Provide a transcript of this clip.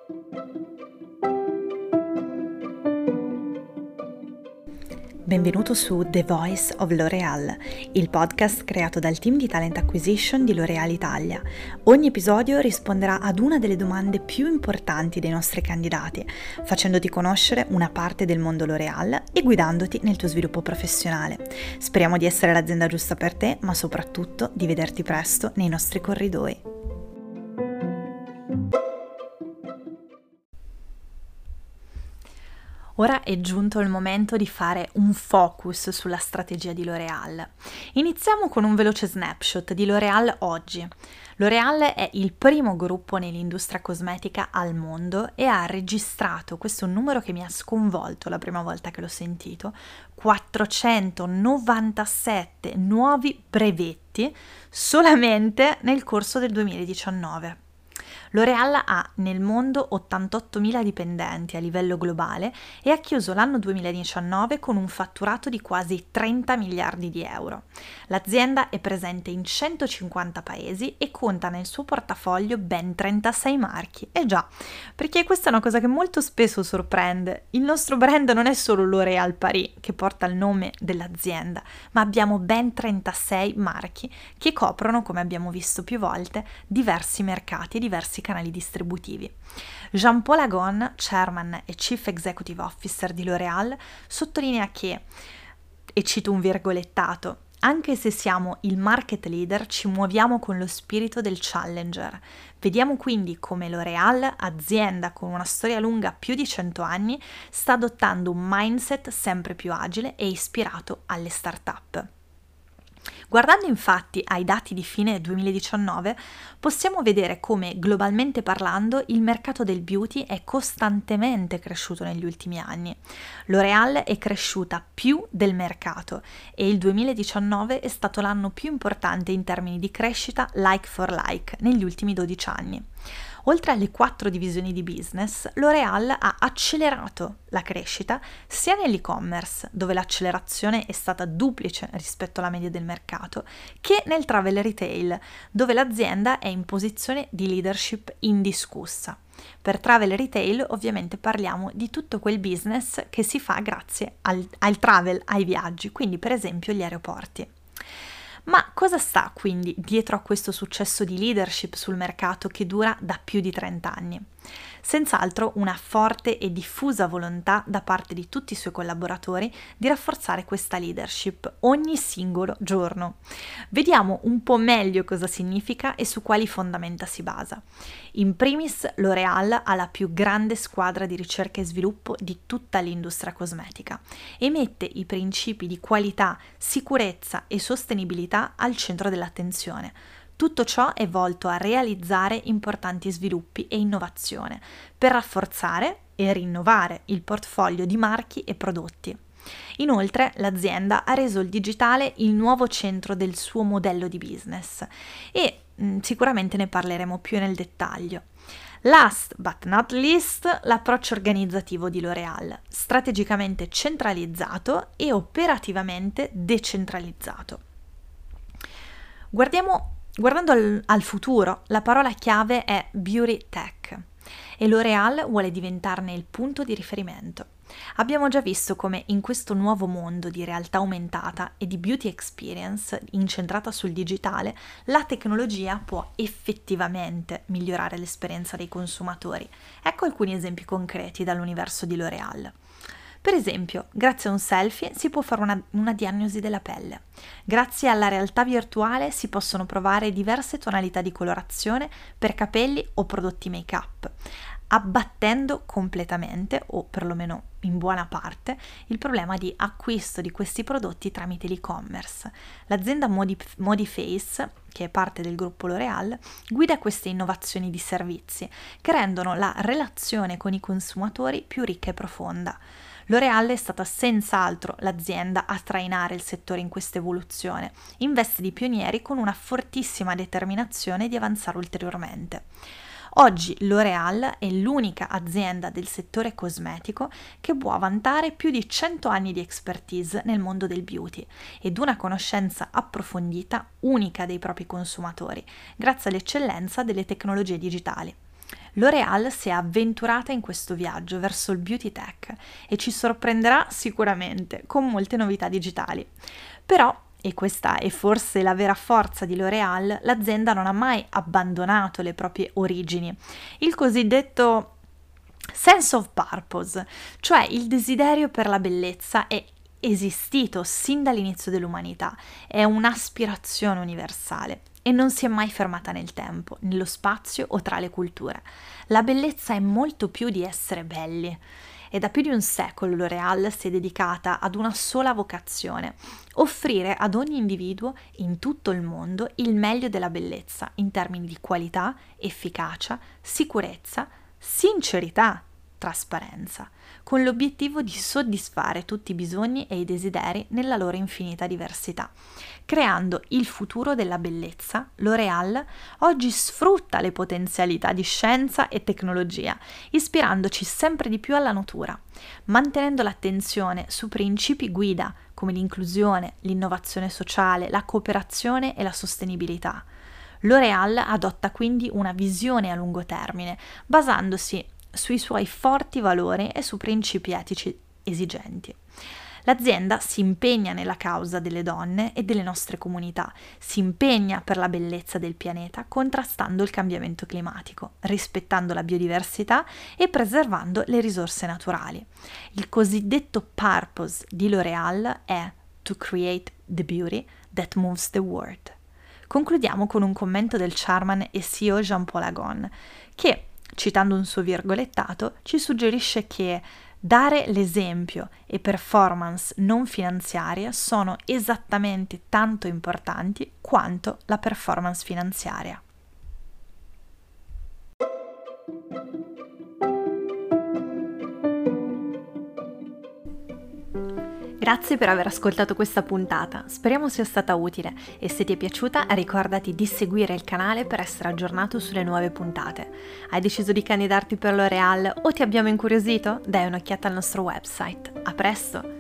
Benvenuto su The Voice of L'Oréal, il podcast creato dal team di Talent Acquisition di L'Oréal Italia. Ogni episodio risponderà ad una delle domande più importanti dei nostri candidati, facendoti conoscere una parte del mondo L'Oréal e guidandoti nel tuo sviluppo professionale. Speriamo di essere l'azienda giusta per te, ma soprattutto di vederti presto nei nostri corridoi. Ora è giunto il momento di fare un focus sulla strategia di L'Oréal. Iniziamo con un veloce snapshot di L'Oréal oggi. L'Oréal è il primo gruppo nell'industria cosmetica al mondo e ha registrato, questo è un numero che mi ha sconvolto la prima volta che l'ho sentito, 497 nuovi brevetti solamente nel corso del 2019. L'Oréal ha nel mondo 88.000 dipendenti a livello globale e ha chiuso l'anno 2019 con un fatturato di quasi 30 miliardi di euro. L'azienda è presente in 150 paesi e conta nel suo portafoglio ben 36 marchi. E già, perché questa è una cosa che molto spesso sorprende. Il nostro brand non è solo L'Oréal Paris, che porta il nome dell'azienda, ma abbiamo ben 36 marchi che coprono, come abbiamo visto più volte, diversi mercati e diversi canali distributivi. Jean-Paul Agon, Chairman e Chief Executive Officer di L'Oréal, sottolinea che, e cito un virgolettato, anche se siamo il market leader, ci muoviamo con lo spirito del challenger. Vediamo quindi come L'Oréal, azienda con una storia lunga più di 100 anni, sta adottando un mindset sempre più agile e ispirato alle start-up. Guardando infatti ai dati di fine 2019, possiamo vedere come, globalmente parlando, il mercato del beauty è costantemente cresciuto negli ultimi anni. L'Oréal è cresciuta più del mercato e il 2019 è stato l'anno più importante in termini di crescita like for like negli ultimi 12 anni. Oltre alle 4 divisioni di business, L'Oréal ha accelerato la crescita sia nell'e-commerce, dove l'accelerazione è stata duplice rispetto alla media del mercato, che nel travel retail, dove l'azienda è in posizione di leadership indiscussa. Per travel retail ovviamente parliamo di tutto quel business che si fa grazie al travel, ai viaggi, quindi per esempio gli aeroporti. Ma cosa sta quindi dietro a questo successo di leadership sul mercato che dura da più di 30 anni? Senz'altro una forte e diffusa volontà da parte di tutti i suoi collaboratori di rafforzare questa leadership ogni singolo giorno. Vediamo un po' meglio cosa significa e su quali fondamenta si basa. In primis, L'Oréal ha la più grande squadra di ricerca e sviluppo di tutta l'industria cosmetica e mette i principi di qualità, sicurezza e sostenibilità al centro dell'attenzione. Tutto ciò è volto a realizzare importanti sviluppi e innovazione per rafforzare e rinnovare il portfolio di marchi e prodotti. Inoltre, l'azienda ha reso il digitale il nuovo centro del suo modello di business e sicuramente ne parleremo più nel dettaglio. Last but not least, l'approccio organizzativo di L'Oréal, strategicamente centralizzato e operativamente decentralizzato. Guardando al futuro, la parola chiave è Beauty Tech e L'Oréal vuole diventarne il punto di riferimento. Abbiamo già visto come in questo nuovo mondo di realtà aumentata e di beauty experience incentrata sul digitale, la tecnologia può effettivamente migliorare l'esperienza dei consumatori. Ecco alcuni esempi concreti dall'universo di L'Oréal. Per esempio, grazie a un selfie si può fare una diagnosi della pelle. Grazie alla realtà virtuale si possono provare diverse tonalità di colorazione per capelli o prodotti make-up, abbattendo completamente, o perlomeno in buona parte, il problema di acquisto di questi prodotti tramite l'e-commerce. L'azienda Modiface, che è parte del gruppo L'Oréal, guida queste innovazioni di servizi che rendono la relazione con i consumatori più ricca e profonda. L'Oréal è stata senz'altro l'azienda a trainare il settore in questa evoluzione, in veste di pionieri con una fortissima determinazione di avanzare ulteriormente. Oggi L'Oréal è l'unica azienda del settore cosmetico che può vantare più di 100 anni di expertise nel mondo del beauty ed una conoscenza approfondita unica dei propri consumatori, grazie all'eccellenza delle tecnologie digitali. L'Oréal si è avventurata in questo viaggio verso il beauty tech e ci sorprenderà sicuramente con molte novità digitali. Però, e questa è forse la vera forza di L'Oréal, l'azienda non ha mai abbandonato le proprie origini, il cosiddetto sense of purpose, cioè il desiderio per la bellezza è esistito sin dall'inizio dell'umanità, è un'aspirazione universale e non si è mai fermata nel tempo, nello spazio o tra le culture. La bellezza è molto più di essere belli. E da più di un secolo L'Oréal si è dedicata ad una sola vocazione: offrire ad ogni individuo in tutto il mondo il meglio della bellezza in termini di qualità, efficacia, sicurezza, sincerità, trasparenza, con l'obiettivo di soddisfare tutti i bisogni e i desideri nella loro infinita diversità. Creando il futuro della bellezza, L'Oréal oggi sfrutta le potenzialità di scienza e tecnologia, ispirandoci sempre di più alla natura, mantenendo l'attenzione su principi guida come l'inclusione, l'innovazione sociale, la cooperazione e la sostenibilità. L'Oréal adotta quindi una visione a lungo termine, basandosi sui suoi forti valori e su principi etici esigenti. L'azienda si impegna nella causa delle donne e delle nostre comunità, si impegna per la bellezza del pianeta, contrastando il cambiamento climatico, rispettando la biodiversità e preservando le risorse naturali. Il cosiddetto purpose di L'Oréal è to create the beauty that moves the world. Concludiamo con un commento del chairman e CEO Jean-Paul Agon, che, citando un suo virgolettato, ci suggerisce che dare l'esempio e performance non finanziarie sono esattamente tanto importanti quanto la performance finanziaria. Grazie per aver ascoltato questa puntata, speriamo sia stata utile e se ti è piaciuta ricordati di seguire il canale per essere aggiornato sulle nuove puntate. Hai deciso di candidarti per L'Oréal o ti abbiamo incuriosito? Dai un'occhiata al nostro website. A presto!